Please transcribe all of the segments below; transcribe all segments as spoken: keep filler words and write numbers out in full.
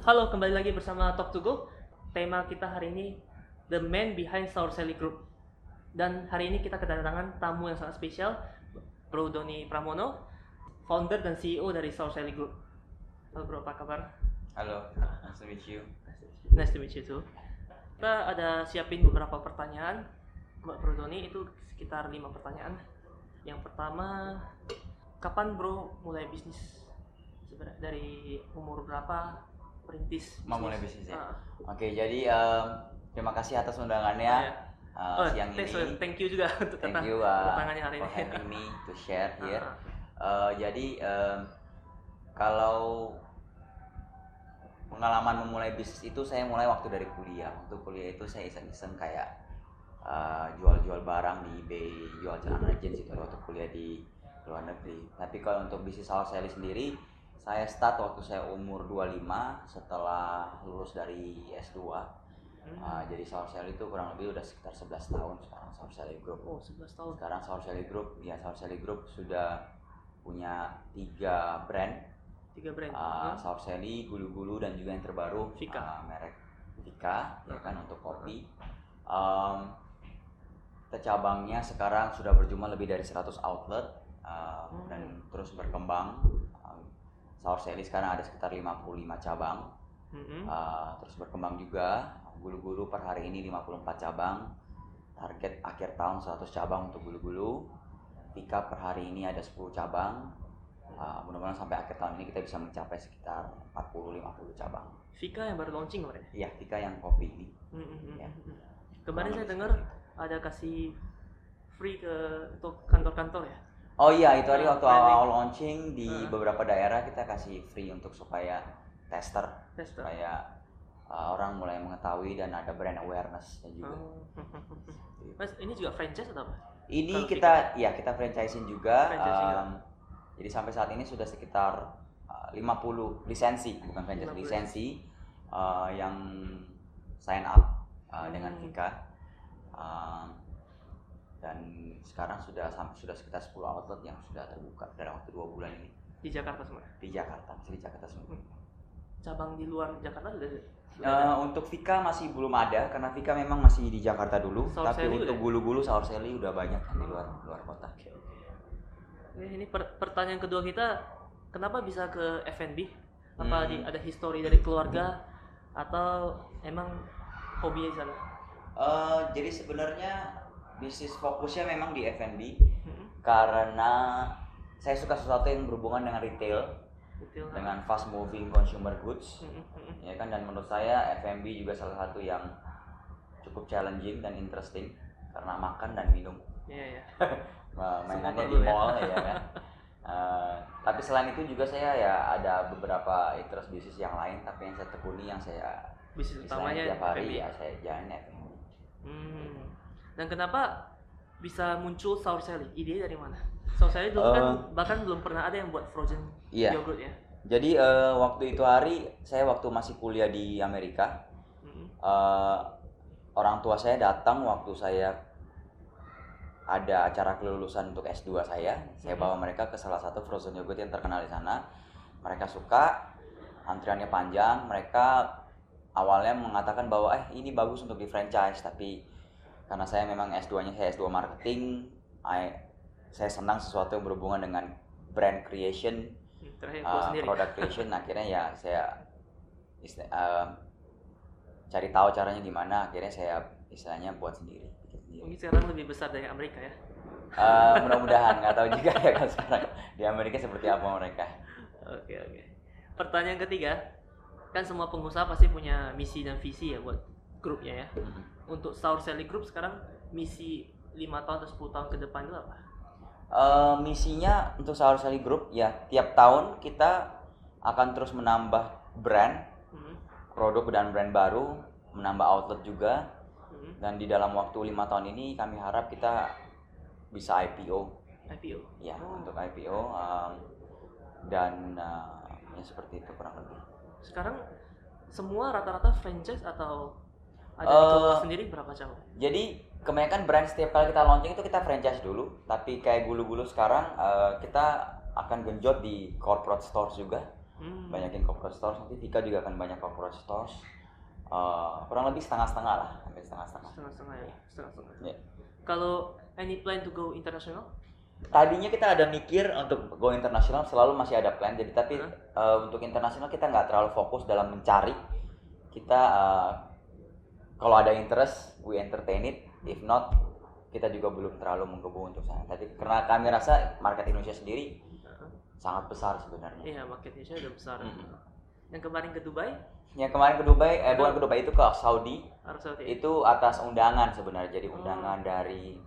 Halo, kembali lagi bersama Talk to Go. Tema kita hari ini The Man Behind Sour Sally Group. Dan hari ini kita kedatangan tamu yang sangat spesial, Bro Doni Pramono, founder dan C E O dari Sour Sally Group. Halo Bro, apa kabar? Halo, nice to meet you. Nice to meet you too. Kita ada siapin beberapa pertanyaan buat Bro Doni, itu sekitar lima pertanyaan. Yang pertama, kapan Bro mulai bisnis? Sebenarnya dari umur berapa perintis Mau bisnis? mulai bisnis ya? Ah. Oke, jadi um, terima kasih atas undangannya Oh, iya. uh, Oh, siang thanks, ini. thank you juga untuk Thank datang you uh, kedatangannya hari for ini. having me to share here. Ah, Uh, jadi um, kalau pengalaman memulai bisnis itu saya mulai waktu dari kuliah. Waktu kuliah itu saya iseng-iseng kayak uh, jual-jual barang di eBay, jual celana jeans itu waktu kuliah di luar negeri. Tapi kalau untuk bisnis Sour Sally sendiri, saya start waktu saya umur dua puluh lima setelah lulus dari S dua. hmm. Uh, jadi Sour Sally itu kurang lebih udah sekitar sebelas tahun sekarang Sour Sally Group. Oh, sebelas tahun. Sekarang Sour Sally Group, ya Sour Sally Group sudah punya tiga brand. Tiga brand. Uh, Hmm. Sour Sally, Gulu-Gulu, dan juga yang terbaru Vika. uh, merek Vika, ya kan, untuk kopi. Um, cabangnya sekarang sudah berjumlah lebih dari seratus outlet uh, Hmm. dan terus berkembang. Uh, Sour Sally sekarang ada sekitar lima puluh lima cabang, Hmm. uh, terus berkembang juga. Gulu-Gulu per hari ini lima puluh empat cabang, target akhir tahun seratus cabang untuk Gulu-Gulu. Vika per hari ini ada sepuluh cabang. Uh, mudah-mudahan sampai akhir tahun ini kita bisa mencapai sekitar empat puluh sampai lima puluh cabang. Vika yang baru launching kemarin. Iya, Vika yang kopi ini. Hmm, hmm, hmm, Ya. hmm. Kemarin saya Kurang dengar lebih ada kasih free ke untuk kantor-kantor ya. Oh iya, itu hari Nah, waktu branding. awal launching di Uh. beberapa daerah kita kasih free untuk supaya tester, Tester. supaya uh, orang mulai mengetahui dan ada brand awareness-nya juga. Oh. Mas, ini juga franchise atau apa? Ini Kalau kita, ya kita franchising juga. Franchising juga. um, Jadi sampai saat ini sudah sekitar uh, lima puluh lisensi, bukan franchise, lima puluh lisensi uh, yang sign up uh, dengan Hmm. Vika. Um, dan sekarang sudah sam- sudah sekitar sepuluh outlet yang sudah terbuka dalam waktu dua bulan ini Di Jakarta semua. di Jakarta, masih di Jakarta semua. Hmm. Cabang di luar Jakarta sudah. sudah Uh, ada? untuk Vika masih belum ada karena Vika memang masih di Jakarta dulu. Sour tapi Sally untuk udah? Gulu-Gulu, Sour Sally udah banyak di luar luar kota. Oke, oke. Ini per- pertanyaan kedua kita, kenapa bisa ke F and B? Apa Hmm. di, ada histori dari keluarga atau emang hobi di sana? Uh, jadi sebenarnya bisnis fokusnya memang di F and B Hmm. karena saya suka sesuatu yang berhubungan dengan retail, Betul. dengan fast moving consumer goods, Hmm, hmm, hmm. ya kan. Dan menurut saya F and B juga salah satu yang cukup challenging dan interesting karena makan dan minum. Iya, iya. Mainannya perlu di ya. mall ya kan. Uh, tapi selain itu juga saya ya ada beberapa interest bisnis yang lain, tapi yang saya tekuni, yang saya Bisnis istilahnya utamanya tiap hari F and B. ya saya jalanin F and B. Hmm. Dan kenapa bisa muncul Sour Sally? Ide dari mana? Sour Sally dulu kan Uh, bahkan belum pernah ada yang buat frozen Iya. yogurt ya. Jadi uh, waktu itu hari saya waktu masih kuliah di Amerika, Hmm. uh, orang tua saya datang waktu saya ada acara kelulusan untuk S dua saya. Saya Mhm. bawa mereka ke salah satu frozen yogurt yang terkenal di sana. Mereka suka, antriannya panjang. Mereka awalnya mengatakan bahwa eh ini bagus untuk di franchise, tapi karena saya memang S dua-nya saya S dua marketing, I, saya senang sesuatu yang berhubungan dengan brand creation, Hmm, Terakhir buat uh, sendiri. product creation. Akhirnya ya saya isti- uh, cari tahu caranya gimana. Akhirnya saya istilahnya buat sendiri, bikin sendiri. Mungkin sekarang lebih besar dari Amerika ya. Uh, mudah-mudahan, nggak tahu juga ya kan sekarang di Amerika seperti apa mereka. Oke, oke. Pertanyaan ketiga, kan semua pengusaha pasti punya misi dan visi ya buat grupnya ya. Untuk Sour Sally Group sekarang misi lima tahun atau sepuluh tahun ke depan itu apa? Uh, misinya untuk Sour Sally Group ya tiap tahun kita akan terus menambah brand, Hmm. produk dan brand baru, menambah outlet juga. Hmm. Dan di dalam waktu lima tahun ini kami harap kita bisa I P O I P O. ya. Oh. Untuk I P O um, dan uh, ya seperti itu kurang lebih. Sekarang semua rata-rata franchise atau ada Eh, dikelola sendiri berapa cabang? Jadi kebanyakan brand setiap kali kita launching itu kita franchise dulu, tapi kayak Gulu-Gulu sekarang uh, kita akan genjot di corporate stores juga. Hmm. banyakin corporate stores. Nanti Vika juga akan banyak corporate stores. Uh, kurang lebih setengah-setengah lah, hampir setengah-setengah. Setengah-setengah ya, setengah-setengah. Yeah. Kalau any plan to go international? Tadinya kita ada mikir untuk go internasional, selalu masih ada plan. Jadi tapi Huh? uh, untuk internasional kita nggak terlalu fokus dalam mencari. Kita uh, kalau ada interest, we entertain it. If not, kita juga belum terlalu menggebu untuk sana. Tapi karena kami rasa market Indonesia sendiri uh-huh. sangat besar sebenarnya. Iya, market Indonesia udah besar. Mm-hmm. Yang kemarin ke Dubai? Yang kemarin ke Dubai, eh bukan ke Dubai, itu ke Saudi. Saudi. Itu atas undangan sebenarnya. Jadi undangan oh. dari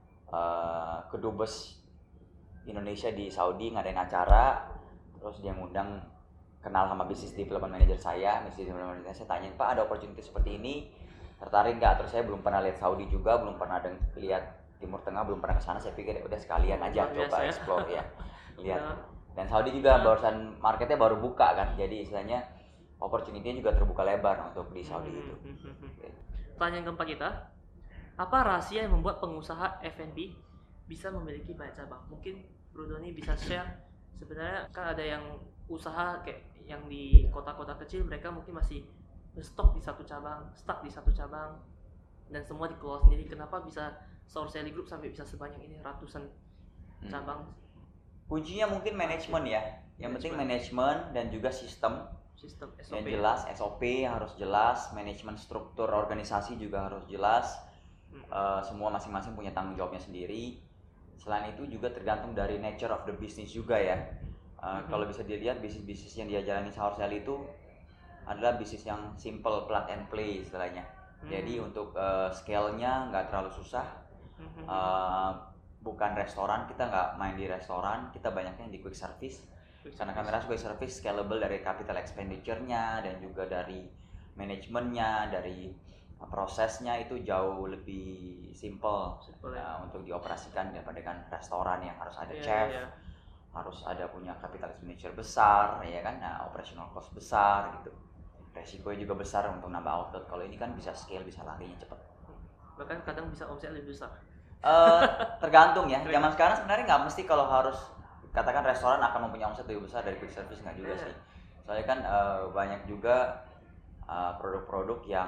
uh, kedubes Indonesia di Saudi ngadain acara, terus dia ngundang, kenal sama business development manager saya, business development manager saya tanyain, Pak ada opportunity seperti ini, tertarik nggak? Terus saya belum pernah lihat Saudi juga, belum pernah ada lihat Timur Tengah, belum pernah ke sana. Saya pikir udah sekalian aja Luar coba ya. explore ya, lihat. Dan Saudi juga barusan marketnya baru buka kan, jadi istilahnya opportunity-nya juga terbuka lebar untuk di Saudi hmm. itu. Pertanyaan keempat kita, apa rahasia yang membuat pengusaha F and B bisa memiliki banyak cabang? Mungkin Bro Doni bisa share. Sebenarnya kan ada yang usaha kayak yang di kota-kota kecil, mereka mungkin masih stok di satu cabang, stuck di satu cabang, dan semua dikelola sendiri. Kenapa bisa Sourcelli Group sampai bisa sebanyak ini, ratusan cabang? Hmm. Kuncinya mungkin manajemen ya. Yang penting manajemen dan juga sistem. Sistem S O P. Yang jelas, S O P harus jelas, manajemen struktur organisasi juga harus jelas. Hmm. Uh, semua masing-masing punya tanggung jawabnya sendiri. Selain itu juga tergantung dari nature of the business juga ya. Uh, mm-hmm. Kalau bisa dilihat bisnis-bisnis yang dia jalani Sourcelli itu adalah bisnis yang simple, plug and play istilahnya. Mm-hmm. Jadi untuk uh, scale-nya nggak terlalu susah. Mm-hmm. Uh, bukan restoran, kita nggak main di restoran, kita banyaknya di quick service. Quick Karena kami rasa quick service scalable dari capital expenditure-nya dan juga dari manajemennya, dari prosesnya itu jauh lebih simple, simple ya. uh, untuk dioperasikan daripada dengan restoran yang harus ada yeah, chef, yeah. harus ada punya capital expenditure besar, ya kan, nah, operational cost besar gitu, resikonya juga besar untuk nambah outlet. Kalau ini kan bisa scale, bisa larinya cepat. Bahkan kadang bisa omset lebih besar. Uh, tergantung ya. Zaman sekarang sebenarnya nggak mesti kalau harus katakan restoran akan mempunyai omset lebih besar dari quick service, nggak juga yeah. sih. Soalnya kan uh, banyak juga uh, produk-produk yang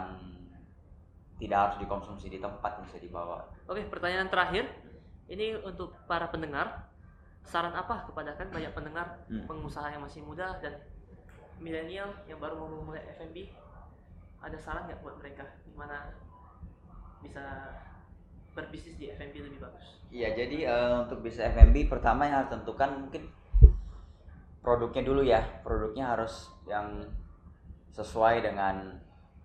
tidak harus dikonsumsi di tempat, bisa dibawa. Oke, pertanyaan terakhir. Ini untuk para pendengar. Saran apa kepada kan banyak pendengar hmm. pengusaha yang masih muda dan milenial yang baru mau memulai F and B? Ada saran nggak buat mereka gimana bisa berbisnis di F and B lebih bagus? Iya, jadi uh, untuk bisnis F and B pertama yang harus tentukan mungkin produknya dulu ya. Produknya harus yang sesuai dengan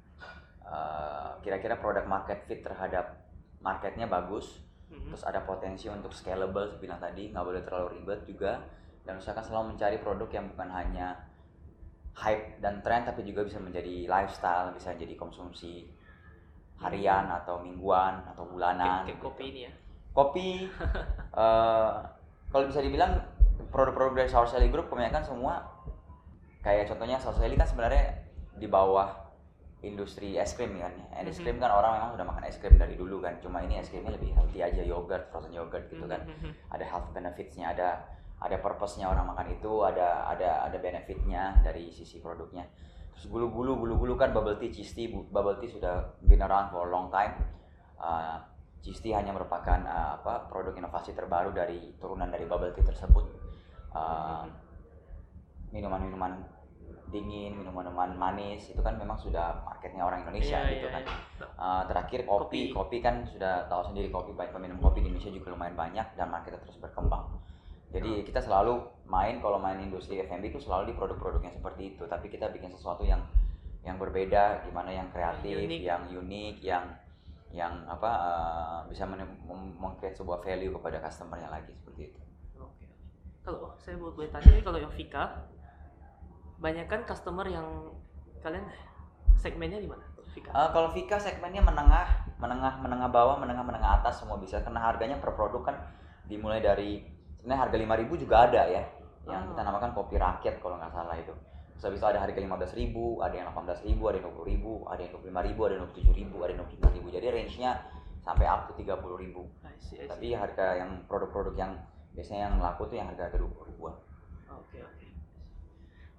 Uh, kira-kira produk market fit terhadap marketnya bagus, mm-hmm. terus ada potensi untuk scalable, saya bilang tadi, nggak boleh terlalu ribet juga, dan usahakan selalu mencari produk yang bukan hanya hype dan tren, tapi juga bisa menjadi lifestyle, bisa jadi konsumsi harian mm-hmm. atau mingguan atau bulanan. Kayak kopi ini ya? Kopi, uh, kalau bisa dibilang produk-produk dari Sourcelli Group kebanyakan semua, kayak contohnya Sourcelli kan sebenarnya di bawah industri es krim kan ya. Es krim kan orang memang sudah makan es krim dari dulu kan. Cuma ini es krimnya lebih healthy aja, yogurt, frozen yogurt gitu kan. Ada health benefits-nya, ada ada purpose-nya orang makan itu, ada ada ada benefit-nya dari sisi produknya. Terus gulu-gulu, gulu-gulu kan bubble tea, cheese tea, bubble tea sudah been around for a long time. Uh, cheese tea hanya merupakan uh, apa produk inovasi terbaru dari turunan dari bubble tea tersebut. Uh, minuman-minuman dingin, minuman-minuman manis itu kan memang sudah marketnya orang Indonesia yeah, gitu yeah, kan. Yeah. Uh, terakhir kopi. kopi, kopi kan sudah tahu sendiri kopi, banyak peminum kopi di Indonesia juga lumayan banyak dan marketnya terus berkembang. Jadi kita selalu main kalau main industri F and B itu selalu di produk-produknya seperti itu, tapi kita bikin sesuatu yang yang berbeda, gimana yang kreatif, unik. yang unik, yang yang apa uh, bisa meng-create sebuah value kepada customer-nya lagi seperti itu. Oke. Kalau saya mau boleh tanya nih, kalau yang Vika banyak kan customer yang kalian segmennya di mana? Vika? Uh, kalau Vika segmennya menengah, menengah, menengah bawah, menengah, menengah atas semua bisa. Karena harganya per produk kan dimulai dari sebenarnya harga lima ribu juga ada ya, yang oh. kita namakan kopi rakyat kalau nggak salah itu. Terus habis itu ada harga lima belas ribu, ada yang delapan belas ribu, ada yang dua puluh ribu, ada yang dua puluh lima ribu, ada yang dua puluh tujuh ribu, ada yang dua puluh lima ribu. Jadi range-nya sampai up to tiga puluh ribu. I see, I see. Tapi harga yang produk-produk yang biasanya yang laku tuh yang harga dua puluh ribuan. Oke, okay, oke. Okay.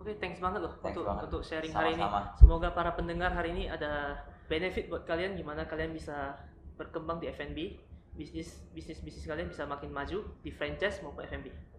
Oke, thanks banget loh Thanks untuk banget. untuk sharing hari ini. Sama-sama. Semoga para pendengar hari ini ada benefit buat kalian, gimana kalian bisa berkembang di F and B, bisnis bisnis bisnis kalian bisa makin maju di franchise maupun F and B.